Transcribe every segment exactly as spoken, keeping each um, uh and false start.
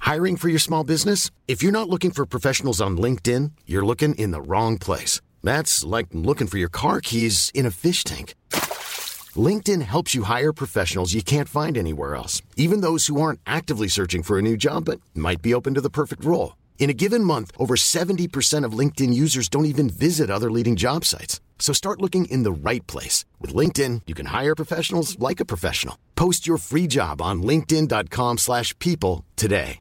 Hiring for your small business? If you're not looking for professionals on LinkedIn, you're looking in the wrong place. That's like looking for your car keys in a fish tank. LinkedIn helps you hire professionals you can't find anywhere else, even those who aren't actively searching for a new job but might be open to the perfect role. In a given month, over seventy percent of LinkedIn users don't even visit other leading job sites. So start looking in the right place. With LinkedIn, you can hire professionals like a professional. Post your free job on linkedin dot com slash people today.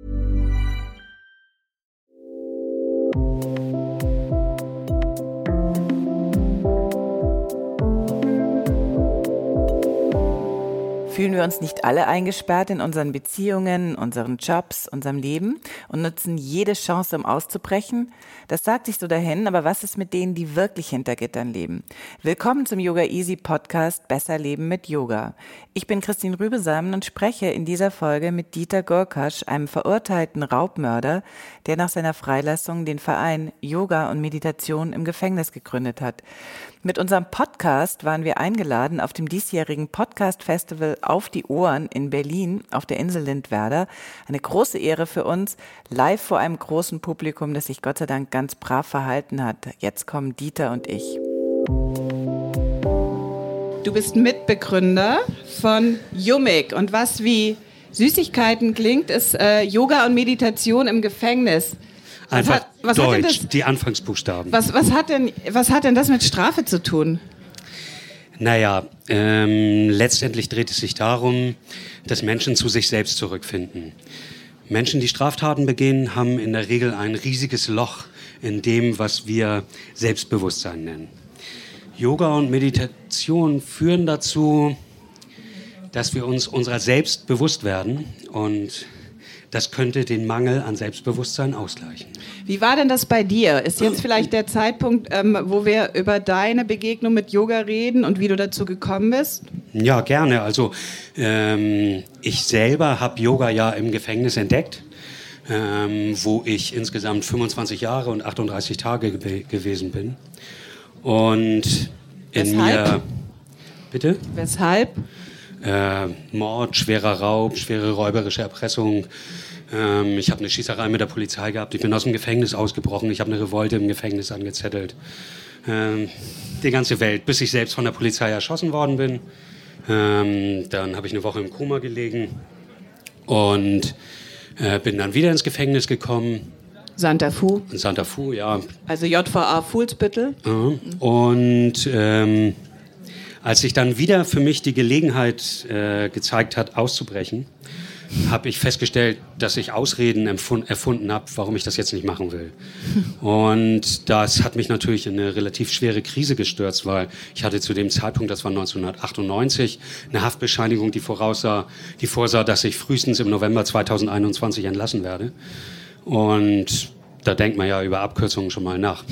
Fühlen wir uns nicht alle eingesperrt in unseren Beziehungen, unseren Jobs, unserem Leben und nutzen jede Chance, um auszubrechen? Das sagt sich so dahin, aber was ist mit denen, die wirklich hinter Gittern leben? Willkommen zum Yoga Easy Podcast Besser Leben mit Yoga. Ich bin Christine Rübesamen und spreche in dieser Folge mit Dieter Gorkasch, einem verurteilten Raubmörder, der nach seiner Freilassung den Verein Yoga und Meditation im Gefängnis gegründet hat. Mit unserem Podcast waren wir eingeladen auf dem diesjährigen Podcast-Festival Auf die Ohren in Berlin auf der Insel Lindwerder. Eine große Ehre für uns, live vor einem großen Publikum, das sich Gott sei Dank ganz brav verhalten hat. Jetzt kommen Dieter und ich. Du bist Mitbegründer von Yummik und was wie Süßigkeiten klingt, ist äh, Yoga und Meditation im Gefängnis. Was Einfach hat, was Deutsch, hat denn das, die Anfangsbuchstaben. Was, was, hat denn, was hat denn das mit Strafe zu tun? Naja, ähm, letztendlich dreht es sich darum, dass Menschen zu sich selbst zurückfinden. Menschen, die Straftaten begehen, haben in der Regel ein riesiges Loch in dem, was wir Selbstbewusstsein nennen. Yoga und Meditation führen dazu, dass wir uns unserer selbst bewusst werden und das könnte den Mangel an Selbstbewusstsein ausgleichen. Wie war denn das bei dir? Ist jetzt vielleicht der Zeitpunkt, ähm, wo wir über deine Begegnung mit Yoga reden und wie du dazu gekommen bist? Ja, gerne. Also ähm, ich selber habe Yoga ja im Gefängnis entdeckt, ähm, wo ich insgesamt fünfundzwanzig Jahre und achtunddreißig Tage ge- gewesen bin. Und in Weshalb? mir... Bitte? Weshalb? Äh, Mord, schwerer Raub, schwere räuberische Erpressung. Ähm, ich habe eine Schießerei mit der Polizei gehabt. Ich bin aus dem Gefängnis ausgebrochen. Ich habe eine Revolte im Gefängnis angezettelt. Ähm, die ganze Welt, bis ich selbst von der Polizei erschossen worden bin. Ähm, dann habe ich eine Woche im Koma gelegen und äh, bin dann wieder ins Gefängnis gekommen. Santa Fu. In Santa Fu, ja. Also J V A Fuhlsbüttel. Mhm. Und ähm, als sich dann wieder für mich die Gelegenheit äh, gezeigt hat, auszubrechen, habe ich festgestellt, dass ich Ausreden empfund, erfunden habe, warum ich das jetzt nicht machen will. Und das hat mich natürlich in eine relativ schwere Krise gestürzt, weil ich hatte zu dem Zeitpunkt, das war neunzehnhundertachtundneunzig, eine Haftbescheinigung, die voraussah, die vorsah, dass ich frühestens im November zweitausendeinundzwanzig entlassen werde. Und da denkt man ja über Abkürzungen schon mal nach.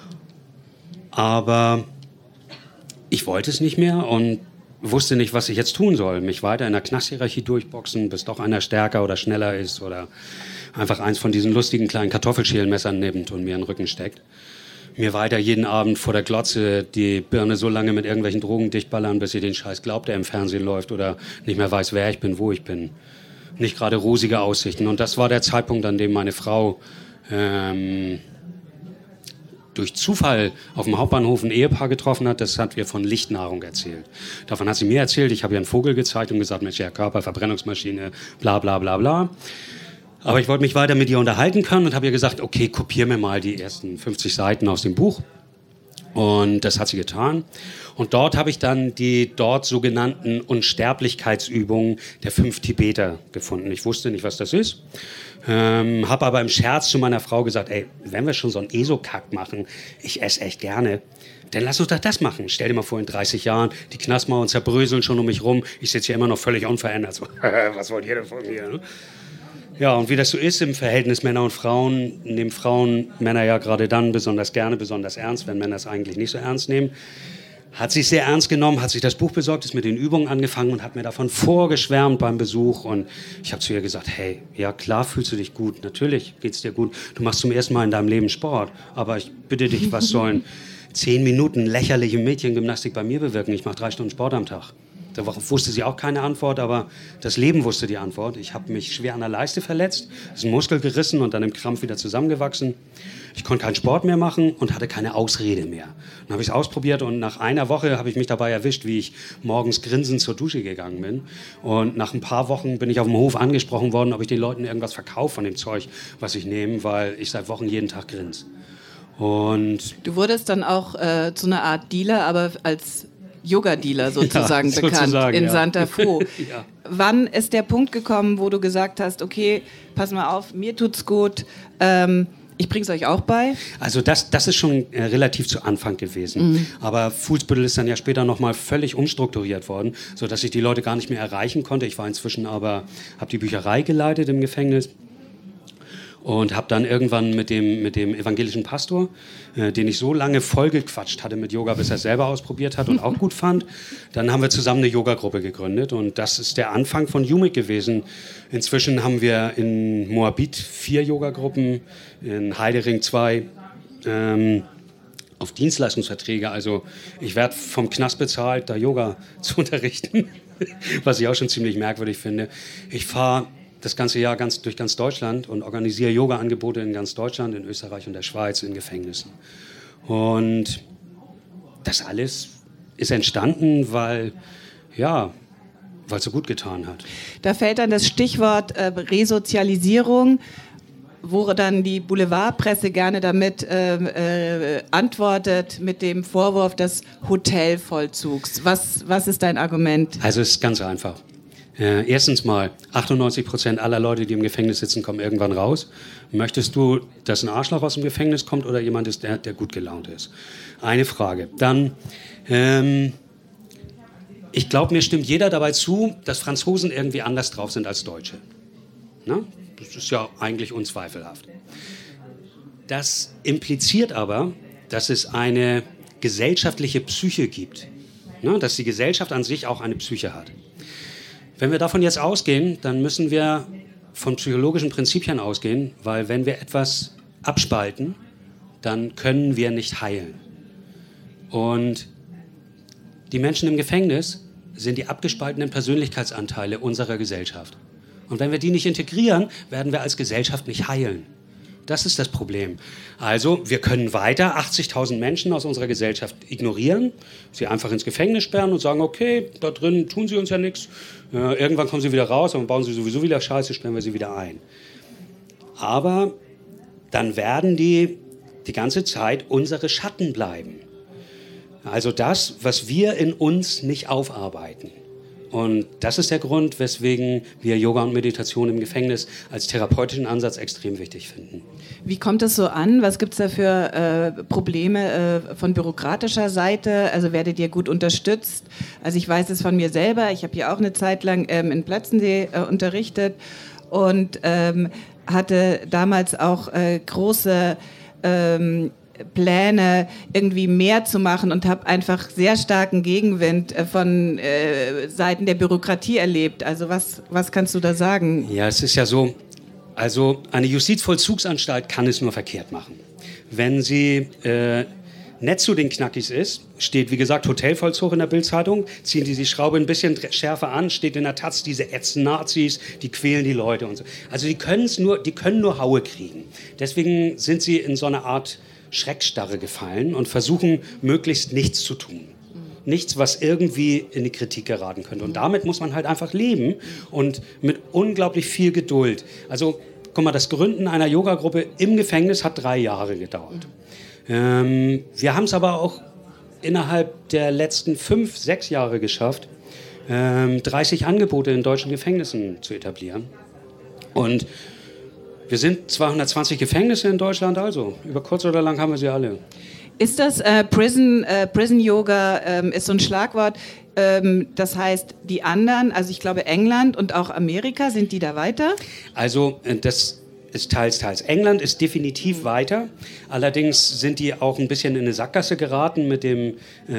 Aber ich wollte es nicht mehr und wusste nicht, was ich jetzt tun soll. Mich weiter in der Knasthierarchie durchboxen, bis doch einer stärker oder schneller ist oder einfach eins von diesen lustigen kleinen Kartoffelschälmessern nimmt und mir in den Rücken steckt. Mir weiter jeden Abend vor der Glotze die Birne so lange mit irgendwelchen Drogen dichtballern, bis ich den Scheiß glaubt, der im Fernsehen läuft oder nicht mehr weiß, wer ich bin, wo ich bin. Nicht gerade rosige Aussichten. Und das war der Zeitpunkt, an dem meine Frau ähm, durch Zufall auf dem Hauptbahnhof ein Ehepaar getroffen hat, das hat ihr von Lichtnahrung erzählt. Davon hat sie mir erzählt, ich habe ihr einen Vogel gezeigt und gesagt, Mensch, ja, Körper, Verbrennungsmaschine, bla bla bla bla. Aber ich wollte mich weiter mit ihr unterhalten können und habe ihr gesagt, okay, kopier mir mal die ersten fünfzig Seiten aus dem Buch. Und das hat sie getan. Und dort habe ich dann die dort sogenannten Unsterblichkeitsübungen der fünf Tibeter gefunden. Ich wusste nicht, was das ist. Ähm, habe aber im Scherz zu meiner Frau gesagt, ey, wenn wir schon so einen Esokack machen, ich esse echt gerne, dann lass uns doch das machen. Stell dir mal vor, in dreißig Jahren, die Knastmauern zerbröseln schon um mich rum, ich sitze hier immer noch völlig unverändert. So, was wollt ihr denn von mir? Ne? Ja, und wie das so ist im Verhältnis Männer und Frauen, nehmen Frauen Männer ja gerade dann besonders gerne, besonders ernst, wenn Männer es eigentlich nicht so ernst nehmen. Hat sich sehr ernst genommen, hat sich das Buch besorgt, ist mit den Übungen angefangen und hat mir davon vorgeschwärmt beim Besuch. Und ich habe zu ihr gesagt, hey, ja klar fühlst du dich gut, natürlich geht's dir gut. Du machst zum ersten Mal in deinem Leben Sport, aber ich bitte dich, was sollen zehn Minuten lächerliche Mädchengymnastik bei mir bewirken? Ich mache drei Stunden Sport am Tag. Darauf wusste sie auch keine Antwort, aber das Leben wusste die Antwort. Ich habe mich schwer an der Leiste verletzt, ist ein Muskel gerissen und dann im Krampf wieder zusammengewachsen. Ich konnte keinen Sport mehr machen und hatte keine Ausrede mehr. Dann habe ich es ausprobiert und nach einer Woche habe ich mich dabei erwischt, wie ich morgens grinsend zur Dusche gegangen bin. Und nach ein paar Wochen bin ich auf dem Hof angesprochen worden, ob ich den Leuten irgendwas verkaufe von dem Zeug, was ich nehme, weil ich seit Wochen jeden Tag grinse. Und du wurdest dann auch äh, zu einer Art Dealer, aber als Yoga-Dealer sozusagen ja, bekannt sozusagen, in ja. Santa Fe. ja. Wann ist der Punkt gekommen, wo du gesagt hast, okay, pass mal auf, mir tut's gut, ähm, ich bring's euch auch bei? Also das, das ist schon äh, relativ zu Anfang gewesen. Mhm. Aber Fuhlsbüttel ist dann ja später nochmal völlig umstrukturiert worden, sodass ich die Leute gar nicht mehr erreichen konnte. Ich war inzwischen aber, habe die Bücherei geleitet im Gefängnis. Und habe dann irgendwann mit dem, mit dem evangelischen Pastor, äh, den ich so lange vollgequatscht hatte mit Yoga, bis er es selber ausprobiert hat und auch gut fand, dann haben wir zusammen eine Yoga-Gruppe gegründet. Und das ist der Anfang von Yumek gewesen. Inzwischen haben wir in Moabit vier Yoga-Gruppen, in Heidering zwei, ähm, auf Dienstleistungsverträge. Also ich werde vom Knast bezahlt, da Yoga zu unterrichten, was ich auch schon ziemlich merkwürdig finde. Ich fahre das ganze Jahr ganz, durch ganz Deutschland und organisiere Yoga-Angebote in ganz Deutschland, in Österreich und der Schweiz, in Gefängnissen. Und das alles ist entstanden, weil, ja, weil es so gut getan hat. Da fällt dann das Stichwort äh, Resozialisierung, wo dann die Boulevardpresse gerne damit äh, äh, antwortet mit dem Vorwurf des Hotelvollzugs. Was, was ist dein Argument? Also es ist ganz einfach. Äh, erstens mal, achtundneunzig Prozent aller Leute, die im Gefängnis sitzen, kommen irgendwann raus. Möchtest du, dass ein Arschloch aus dem Gefängnis kommt oder jemand ist, der, der gut gelaunt ist? Eine Frage. Dann, ähm, ich glaube, mir stimmt jeder dabei zu, dass Franzosen irgendwie anders drauf sind als Deutsche. Na? Das ist ja eigentlich unzweifelhaft. Das impliziert aber, dass es eine gesellschaftliche Psyche gibt. Na? Dass die Gesellschaft an sich auch eine Psyche hat. Wenn wir davon jetzt ausgehen, dann müssen wir von psychologischen Prinzipien ausgehen, weil wenn wir etwas abspalten, dann können wir nicht heilen. Und die Menschen im Gefängnis sind die abgespaltenen Persönlichkeitsanteile unserer Gesellschaft. Und wenn wir die nicht integrieren, werden wir als Gesellschaft nicht heilen. Das ist das Problem. Also wir können weiter achtzigtausend Menschen aus unserer Gesellschaft ignorieren, sie einfach ins Gefängnis sperren und sagen, okay, da drin tun sie uns ja nichts, äh, irgendwann kommen sie wieder raus und bauen sie sowieso wieder Scheiße, sperren wir sie wieder ein. Aber dann werden die die ganze Zeit unsere Schatten bleiben. Also das, was wir in uns nicht aufarbeiten. Und das ist der Grund, weswegen wir Yoga und Meditation im Gefängnis als therapeutischen Ansatz extrem wichtig finden. Wie kommt es so an? Was gibt es da für äh, Probleme äh, von bürokratischer Seite? Also werdet ihr gut unterstützt? Also ich weiß es von mir selber. Ich habe hier auch eine Zeit lang ähm, in Plötzensee äh, unterrichtet und ähm, hatte damals auch äh, große ähm, Pläne, irgendwie mehr zu machen und habe einfach sehr starken Gegenwind von äh, Seiten der Bürokratie erlebt. Also was, was kannst du da sagen? Ja, es ist ja so, also eine Justizvollzugsanstalt kann es nur verkehrt machen. Wenn sie äh, nett zu den Knackis ist, steht wie gesagt Hotelvollzug in der Bild-Zeitung, ziehen die die Schraube ein bisschen schärfer an, steht in der Taz, diese ätzenden Nazis, die quälen die Leute und so. Also die, können's nur, die können nur Haue kriegen. Deswegen sind sie in so eine Art Schreckstarre gefallen und versuchen, möglichst nichts zu tun. Nichts, was irgendwie in die Kritik geraten könnte. Und damit muss man halt einfach leben und mit unglaublich viel Geduld. Also, guck mal, das Gründen einer Yoga-Gruppe im Gefängnis hat drei Jahre gedauert. Ähm, wir haben es aber auch innerhalb der letzten fünf, sechs Jahre geschafft, ähm, dreißig Angebote in deutschen Gefängnissen zu etablieren. Und wir sind zweihundertzwanzig Gefängnisse in Deutschland, also über kurz oder lang haben wir sie alle. Ist das äh, Prison, äh, Prison Yoga, ähm, ist so ein Schlagwort, ähm, das heißt die anderen, also ich glaube England und auch Amerika, sind die da weiter? Also das ist teils, teils. England ist definitiv weiter, allerdings sind die auch ein bisschen in eine Sackgasse geraten mit dem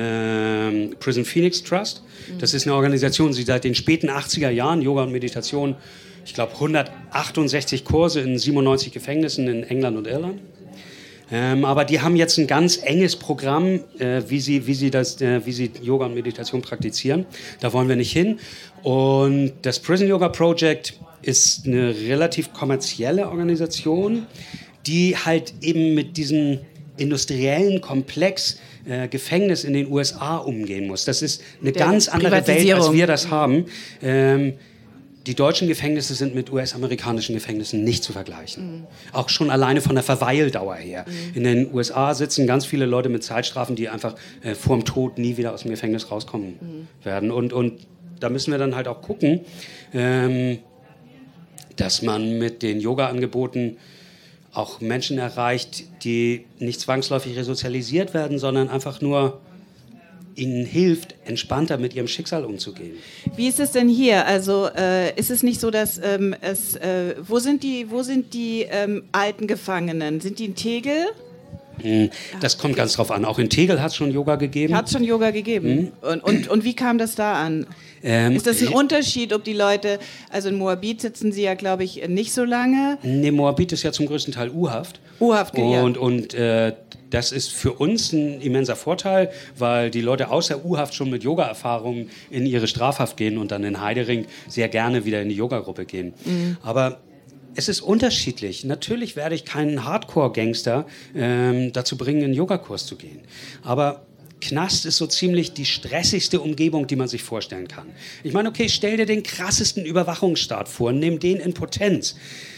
äh, Prison Phoenix Trust. Das ist eine Organisation, die seit den späten achtziger Jahren Yoga und Meditation, ich glaube hundertachtundsechzig Kurse in siebenundneunzig Gefängnissen in England und Irland. Ähm, aber die haben jetzt ein ganz enges Programm, äh, wie, sie, wie, sie das, äh, wie sie Yoga und Meditation praktizieren. Da wollen wir nicht hin. Und das Prison Yoga Project ist eine relativ kommerzielle Organisation, die halt eben mit diesem industriellen Komplex äh, Gefängnis in den U S A umgehen muss. Das ist eine Der ganz andere Welt, als wir das haben. Ähm, Die deutschen Gefängnisse sind mit U S-amerikanischen Gefängnissen nicht zu vergleichen. Mhm. Auch schon alleine von der Verweildauer her. Mhm. In den U S A sitzen ganz viele Leute mit Zeitstrafen, die einfach äh, vorm Tod nie wieder aus dem Gefängnis rauskommen mhm. werden. Und, und da müssen wir dann halt auch gucken, ähm, dass man mit den Yoga-Angeboten auch Menschen erreicht, die nicht zwangsläufig resozialisiert werden, sondern einfach nur ihnen hilft, entspannter mit ihrem Schicksal umzugehen. Wie ist es denn hier? Also äh, ist es nicht so, dass ähm, es, äh, wo sind die, wo sind die ähm, alten Gefangenen? Sind die in Tegel? Das kommt ganz drauf an. Auch in Tegel hat es schon Yoga gegeben. Hat es schon Yoga gegeben. Mhm. Und, und, und wie kam das da an? Ähm, ist das ein Unterschied, ob die Leute, also in Moabit sitzen sie ja, glaube ich, nicht so lange? Nee, Moabit ist ja zum größten Teil U-Haft. U-Haft, ja. Und, und äh, das ist für uns ein immenser Vorteil, weil die Leute aus der U-Haft schon mit Yoga-Erfahrungen in ihre Strafhaft gehen und dann in Heidering sehr gerne wieder in die Yoga-Gruppe gehen. Mhm. Aber es ist unterschiedlich. Natürlich werde ich keinen Hardcore-Gangster ähm, dazu bringen, in einen Yogakurs zu gehen. Aber Knast ist so ziemlich die stressigste Umgebung, die man sich vorstellen kann. Ich meine, okay, stell dir den krassesten Überwachungsstaat vor, nimm den in Potenz.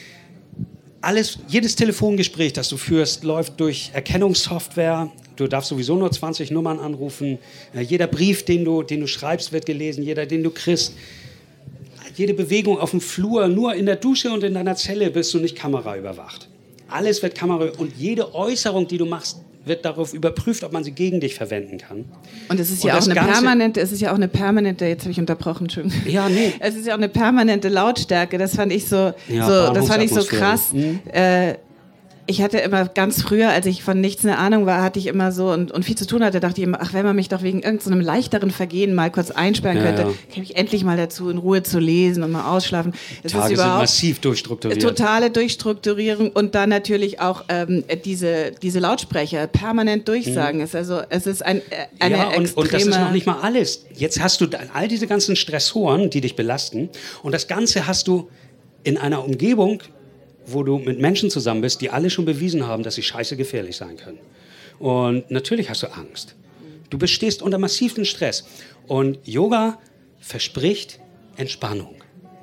Alles, jedes Telefongespräch, das du führst, läuft durch Erkennungssoftware. Du darfst sowieso nur zwanzig Nummern anrufen. Jeder Brief, den du, den du schreibst, wird gelesen. Jeder, den du kriegst. Jede Bewegung auf dem Flur, nur in der Dusche und in deiner Zelle bist du nicht kameraüberwacht. Alles wird Kamera und jede Äußerung, die du machst, wird darauf überprüft, ob man sie gegen dich verwenden kann. Und es ist ja auch eine permanente, es ist ja auch eine permanente, jetzt habe ich unterbrochen, Entschuldigung. Ja, nee. Es ist ja auch eine permanente Lautstärke, das fand ich so, ja, so das fand ich so krass. Mhm. Äh, ich hatte immer ganz früher, als ich von nichts eine Ahnung war, hatte ich immer so und, und viel zu tun hatte, dachte ich immer, ach, wenn man mich doch wegen irgendeinem so leichteren Vergehen mal kurz einsperren ja, könnte, ja. käme ich endlich mal dazu, in Ruhe zu lesen und mal ausschlafen. Das Tage ist überhaupt sind massiv durchstrukturiert. Totale Durchstrukturierung und dann natürlich auch ähm, diese, diese Lautsprecher permanent durchsagen. Mhm. Es, also, es ist ein, eine ja, und, extreme... und das ist noch nicht mal alles. Jetzt hast du all diese ganzen Stressoren, die dich belasten und das Ganze hast du in einer Umgebung, wo du mit Menschen zusammen bist, die alle schon bewiesen haben, dass sie scheiße gefährlich sein können. Und natürlich hast du Angst. Du bestehst unter massivem Stress. Und Yoga verspricht Entspannung.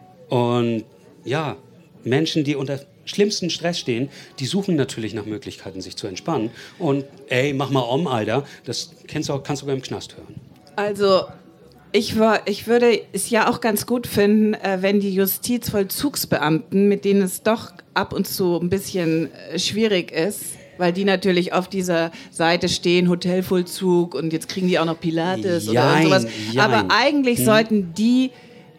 Und ja, Menschen, die unter schlimmsten Stress stehen, die suchen natürlich nach Möglichkeiten, sich zu entspannen. Und ey, mach mal Om, Alter, das kennst du auch, kannst du sogar im Knast hören. Also... Ich, war, ich würde es ja auch ganz gut finden, äh, wenn die Justizvollzugsbeamten, mit denen es doch ab und zu ein bisschen äh, schwierig ist, weil die natürlich auf dieser Seite stehen, Hotelvollzug und jetzt kriegen die auch noch Pilates jein, oder sowas. Jein. Aber eigentlich hm. sollten die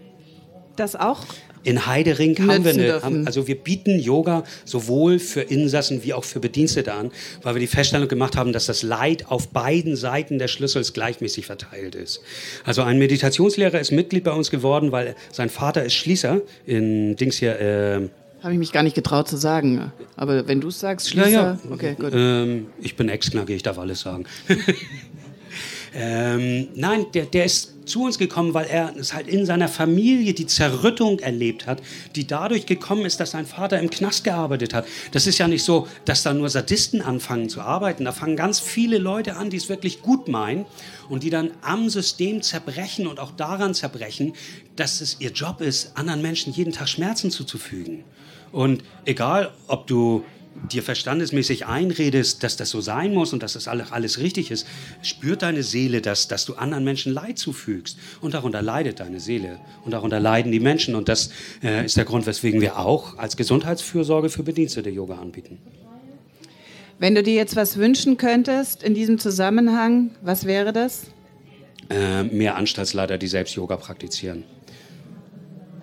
das auch in Heidering haben wir eine, haben, also wir bieten Yoga sowohl für Insassen wie auch für Bedienstete an, weil wir die Feststellung gemacht haben, dass das Leid auf beiden Seiten des Schlüssels gleichmäßig verteilt ist. Also ein Meditationslehrer ist Mitglied bei uns geworden, weil sein Vater ist Schließer in Dings hier. Äh, Habe ich mich gar nicht getraut zu sagen, aber wenn du es sagst, Schließer, ja, ja. Okay, gut. Ähm, ich bin Ex-Knacke, ich darf alles sagen. Ähm, nein, der, der ist zu uns gekommen, weil er es halt in seiner Familie die Zerrüttung erlebt hat, die dadurch gekommen ist, dass sein Vater im Knast gearbeitet hat. Das ist ja nicht so, dass da nur Sadisten anfangen zu arbeiten. Da fangen ganz viele Leute an, die es wirklich gut meinen und die dann am System zerbrechen und auch daran zerbrechen, dass es ihr Job ist, anderen Menschen jeden Tag Schmerzen zuzufügen. Und egal, ob du dir verstandesmäßig einredest, dass das so sein muss und dass das alles, alles richtig ist, spürt deine Seele, dass, dass du anderen Menschen Leid zufügst. Und darunter leidet deine Seele. Und darunter leiden die Menschen. Und das äh, ist der Grund, weswegen wir auch als Gesundheitsfürsorge für Bedienstete Yoga anbieten. Wenn du dir jetzt was wünschen könntest in diesem Zusammenhang, was wäre das? Äh, mehr Anstaltsleiter, die selbst Yoga praktizieren.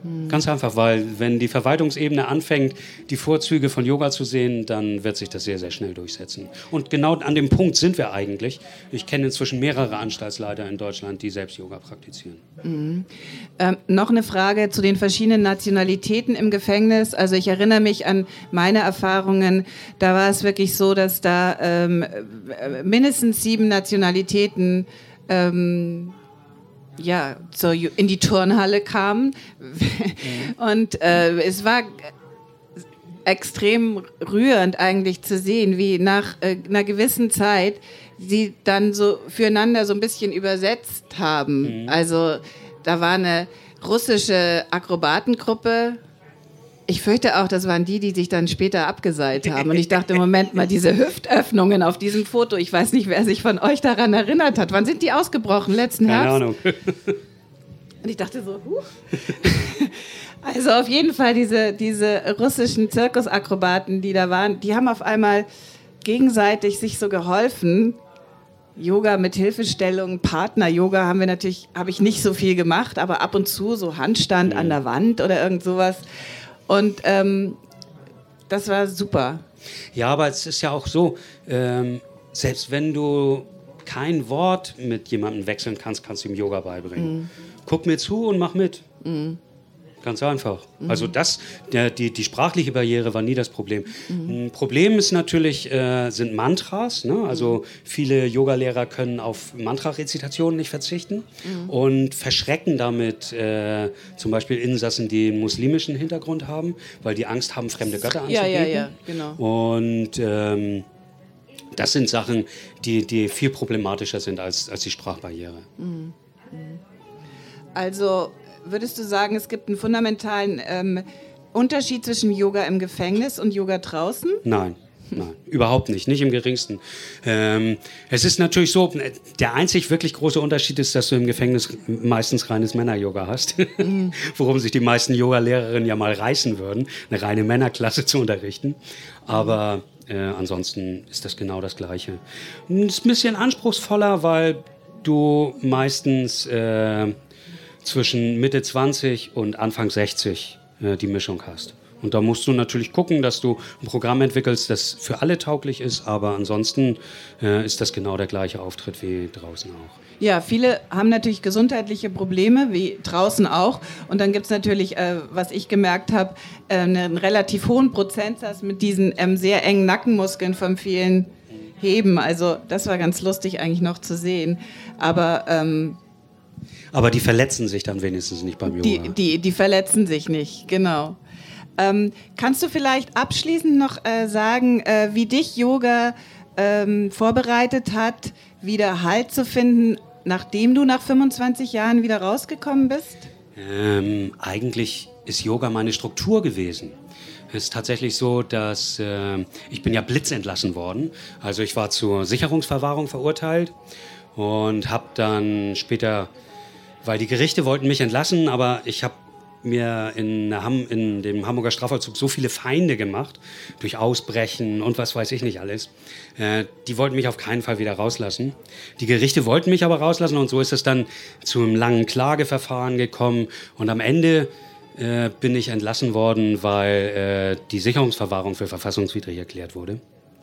Ganz einfach, weil wenn die Verwaltungsebene anfängt, die Vorzüge von Yoga zu sehen, dann wird sich das sehr, sehr schnell durchsetzen. Und genau an dem Punkt sind wir eigentlich. Ich kenne inzwischen mehrere Anstaltsleiter in Deutschland, die selbst Yoga praktizieren. Mhm. Ähm, noch eine Frage zu den verschiedenen Nationalitäten im Gefängnis. Also ich erinnere mich an meine Erfahrungen. Da war es wirklich so, dass da ähm, mindestens sieben Nationalitäten ähm, ja, zur, in die Turnhalle kamen. Und äh, es war extrem rührend eigentlich zu sehen, wie nach äh, einer gewissen Zeit sie dann so füreinander so ein bisschen übersetzt haben. Mhm. Also da war eine russische Akrobatengruppe. Ich fürchte auch, das waren die, die sich dann später abgeseilt haben. Und ich dachte, Moment mal, diese Hüftöffnungen auf diesem Foto, ich weiß nicht, wer sich von euch daran erinnert hat. Wann sind die ausgebrochen? Letzten Herbst? Keine Ahnung. Und ich dachte so, huh. Also auf jeden Fall diese, diese russischen Zirkusakrobaten, die da waren, die haben auf einmal gegenseitig sich so geholfen. Yoga mit Hilfestellung, Partner-Yoga haben wir natürlich, habe ich nicht so viel gemacht, aber ab und zu so Handstand mhm. an der Wand oder irgend sowas. Und ähm, das war super. Ja, aber es ist ja auch so, ähm, selbst wenn du kein Wort mit jemandem wechseln kannst, kannst du ihm Yoga beibringen. Mhm. Guck mir zu und mach mit. Mhm. Ganz einfach. Mhm. Also das, der, die, die sprachliche Barriere war nie das Problem. Mhm. Ein Problem ist natürlich, äh, sind Mantras. Ne? Also viele Yogalehrer können auf Mantra-Rezitationen nicht verzichten mhm. und verschrecken damit äh, zum Beispiel Insassen, die einen muslimischen Hintergrund haben, weil die Angst haben, fremde Götter anzubeten. Ja, ja, ja, genau. Und ähm, das sind Sachen, die, die viel problematischer sind als, als die Sprachbarriere. Mhm. Also würdest du sagen, es gibt einen fundamentalen ähm, Unterschied zwischen Yoga im Gefängnis und Yoga draußen? Nein, nein, überhaupt nicht, nicht im geringsten. Ähm, es ist natürlich so, der einzig wirklich große Unterschied ist, dass du im Gefängnis meistens reines Männer-Yoga hast, mhm. worum sich die meisten Yoga-Lehrerinnen ja mal reißen würden, eine reine Männerklasse zu unterrichten. Aber äh, ansonsten ist das genau das Gleiche. Es ist ein bisschen anspruchsvoller, weil du meistens äh, zwischen Mitte zwanzig und Anfang sechzig äh, die Mischung hast. Und da musst du natürlich gucken, dass du ein Programm entwickelst, das für alle tauglich ist, aber ansonsten äh, ist das genau der gleiche Auftritt wie draußen auch. Ja, viele haben natürlich gesundheitliche Probleme, wie draußen auch. Und dann gibt es natürlich, äh, was ich gemerkt habe, äh, einen relativ hohen Prozentsatz mit diesen ähm, sehr engen Nackenmuskeln vom vielen Heben. Also das war ganz lustig eigentlich noch zu sehen. Aber ähm, Aber die verletzen sich dann wenigstens nicht beim Yoga. Die, die, die verletzen sich nicht, genau. Ähm, kannst du vielleicht abschließend noch äh, sagen, äh, wie dich Yoga ähm, vorbereitet hat, wieder Halt zu finden, nachdem du nach fünfundzwanzig Jahren wieder rausgekommen bist? Ähm, eigentlich ist Yoga meine Struktur gewesen. Es ist tatsächlich so, dass äh, ich bin ja blitzentlassen worden. Also ich war zur Sicherungsverwahrung verurteilt und habe dann später... Weil die Gerichte wollten mich entlassen, aber ich habe mir in, in dem Hamburger Strafvollzug so viele Feinde gemacht, durch Ausbrechen und was weiß ich nicht alles. Äh, die wollten mich auf keinen Fall wieder rauslassen. Die Gerichte wollten mich aber rauslassen und so ist es dann zu einem langen Klageverfahren gekommen. Und am Ende äh, bin ich entlassen worden, weil äh, die Sicherungsverwahrung für verfassungswidrig erklärt wurde.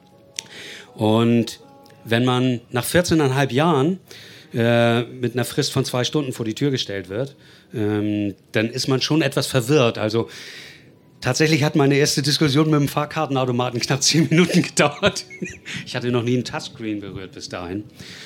Und wenn man nach vierzehneinhalb Jahren mit einer Frist von zwei Stunden vor die Tür gestellt wird, ähm, dann ist man schon etwas verwirrt. Also tatsächlich hat meine erste Diskussion mit dem Fahrkartenautomaten knapp zehn Minuten gedauert. Ich hatte noch nie ein Touchscreen berührt bis dahin.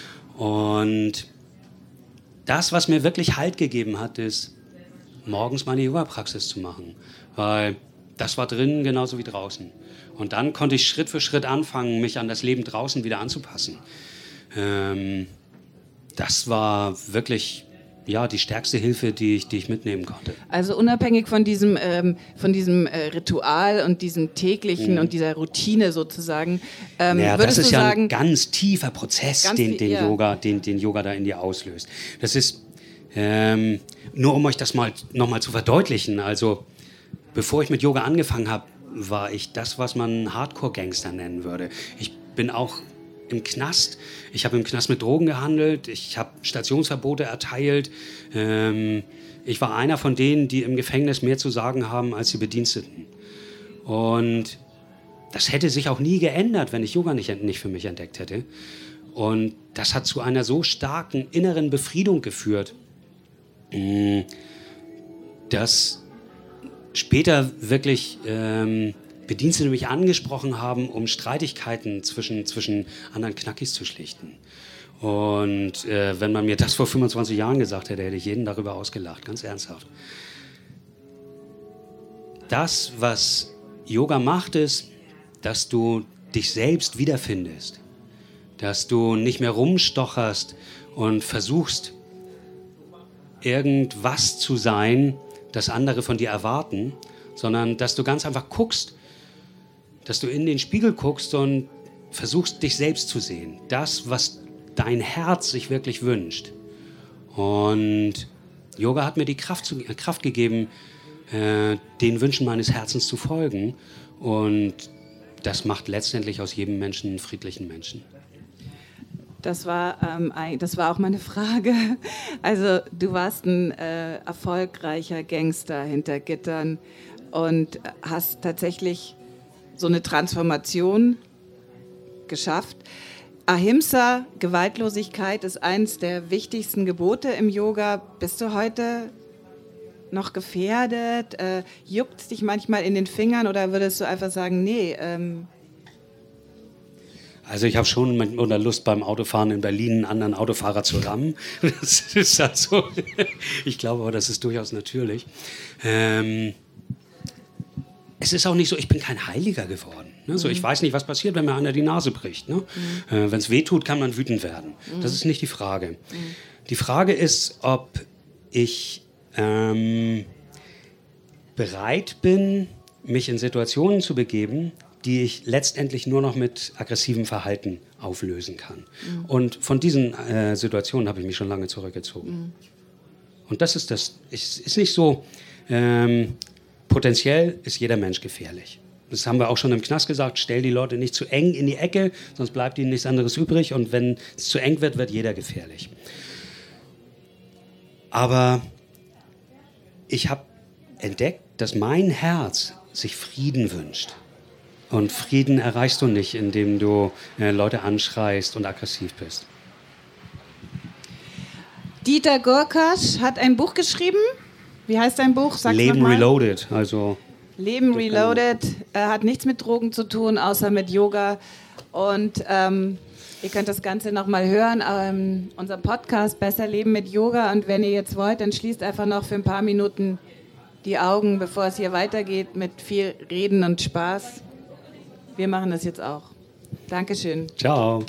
Und das, was mir wirklich Halt gegeben hat, ist, morgens meine Yoga-Praxis zu machen. Weil das war drinnen genauso wie draußen. Und dann konnte ich Schritt für Schritt anfangen, mich an das Leben draußen wieder anzupassen. Ähm, Das war wirklich ja, die stärkste Hilfe, die ich, die ich mitnehmen konnte. Also unabhängig von diesem, ähm, von diesem äh, Ritual und diesem täglichen mhm. und dieser Routine sozusagen, ähm, naja, würdest das ist du ja sagen, ein ganz tiefer Prozess, ganz den, den, ja. Yoga, den, den Yoga da in dir auslöst. Das ist, ähm, nur um euch das mal nochmal zu verdeutlichen, also bevor ich mit Yoga angefangen habe, war ich das, was man Hardcore-Gangster nennen würde. Ich bin auch im Knast. Ich habe im Knast mit Drogen gehandelt. Ich habe Stationsverbote erteilt. Ähm, ich war einer von denen, die im Gefängnis mehr zu sagen haben als die Bediensteten. Und das hätte sich auch nie geändert, wenn ich Yoga nicht, nicht für mich entdeckt hätte. Und das hat zu einer so starken inneren Befriedung geführt, dass später wirklich ähm, Bedienstete mich angesprochen haben, um Streitigkeiten zwischen, zwischen anderen Knackis zu schlichten. Und äh, wenn man mir das vor fünfundzwanzig Jahren gesagt hätte, hätte ich jeden darüber ausgelacht, ganz ernsthaft. Das, was Yoga macht, ist, dass du dich selbst wiederfindest, dass du nicht mehr rumstocherst und versuchst, irgendwas zu sein, das andere von dir erwarten, sondern dass du ganz einfach guckst, dass du in den Spiegel guckst und versuchst, dich selbst zu sehen. Das, was dein Herz sich wirklich wünscht. Und Yoga hat mir die Kraft, zu, äh, Kraft gegeben, äh, den Wünschen meines Herzens zu folgen. Und das macht letztendlich aus jedem Menschen einen friedlichen Menschen. Das war, ähm, das war auch meine Frage. Also du warst ein äh, erfolgreicher Gangster hinter Gittern und hast tatsächlich so eine Transformation geschafft. Ahimsa, Gewaltlosigkeit, ist eines der wichtigsten Gebote im Yoga. Bist du heute noch gefährdet? Äh, juckt es dich manchmal in den Fingern oder würdest du einfach sagen, nee, ähm, Also ich habe schon mit Lust beim Autofahren in Berlin einen anderen Autofahrer zu rammen. Das ist halt so. Ich glaube aber, das ist durchaus natürlich. Ähm, es ist auch nicht so, ich bin kein Heiliger geworden. Ne? So, ich weiß nicht, was passiert, wenn mir einer die Nase bricht. Ne? Mhm. Äh, wenn es weh tut, kann man wütend werden. Mhm. Das ist nicht die Frage. Mhm. Die Frage ist, ob ich ähm, bereit bin, mich in Situationen zu begeben, die ich letztendlich nur noch mit aggressivem Verhalten auflösen kann. Mhm. Und von diesen äh, Situationen habe ich mich schon lange zurückgezogen. Mhm. Und das ist das. Es ist nicht so, ähm, potenziell ist jeder Mensch gefährlich. Das haben wir auch schon im Knast gesagt, stell die Leute nicht zu eng in die Ecke, sonst bleibt ihnen nichts anderes übrig. Und wenn es zu eng wird, wird jeder gefährlich. Aber ich habe entdeckt, dass mein Herz sich Frieden wünscht. Und Frieden erreichst du nicht, indem du äh, Leute anschreist und aggressiv bist. Dieter Gurkasch hat ein Buch geschrieben. Wie heißt dein Buch? Sag's Leben noch mal. Reloaded. Also Leben Reloaded. Äh, hat nichts mit Drogen zu tun, außer mit Yoga. Und ähm, ihr könnt das Ganze nochmal hören. Ähm, unser Podcast Besser Leben mit Yoga. Und wenn ihr jetzt wollt, dann schließt einfach noch für ein paar Minuten die Augen, bevor es hier weitergeht mit viel Reden und Spaß. Wir machen das jetzt auch. Dankeschön. Ciao.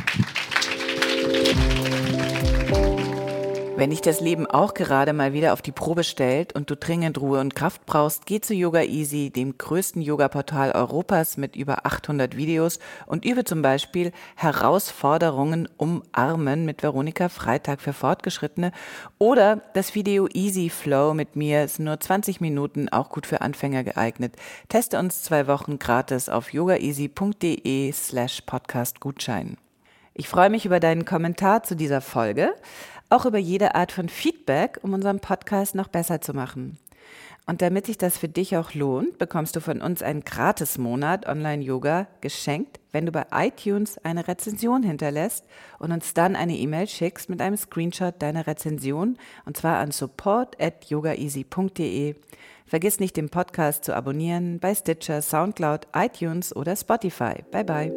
Wenn dich das Leben auch gerade mal wieder auf die Probe stellt und du dringend Ruhe und Kraft brauchst, geh zu Yoga Easy, dem größten Yoga-Portal Europas mit über achthundert Videos und übe zum Beispiel Herausforderungen umarmen mit Veronika Freitag für Fortgeschrittene oder das Video Easy Flow mit mir ist nur zwanzig Minuten, auch gut für Anfänger geeignet. Teste uns zwei Wochen gratis auf yogaeasy.de slash podcast Gutschein. Ich freue mich über deinen Kommentar zu dieser Folge, auch über jede Art von Feedback, um unseren Podcast noch besser zu machen. Und damit sich das für dich auch lohnt, bekommst du von uns einen Gratis-Monat Online-Yoga geschenkt, wenn du bei iTunes eine Rezension hinterlässt und uns dann eine E-Mail schickst mit einem Screenshot deiner Rezension, und zwar an support at yogaeasy punkt de. Vergiss nicht, den Podcast zu abonnieren bei Stitcher, Soundcloud, iTunes oder Spotify. Bye bye.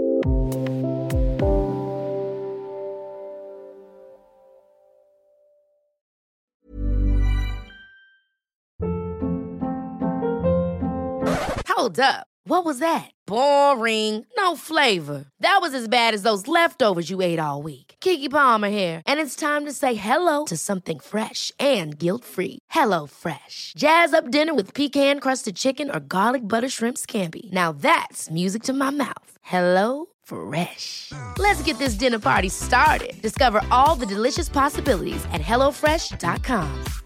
Hold up. What was that? Boring. No flavor. That was as bad as those leftovers you ate all week. Keke Palmer here, and it's time to say hello to something fresh and guilt-free. Hello Fresh. Jazz up dinner with pecan-crusted chicken or garlic butter shrimp scampi. Now that's music to my mouth. Hello Fresh. Let's get this dinner party started. Discover all the delicious possibilities at hello fresh dot com.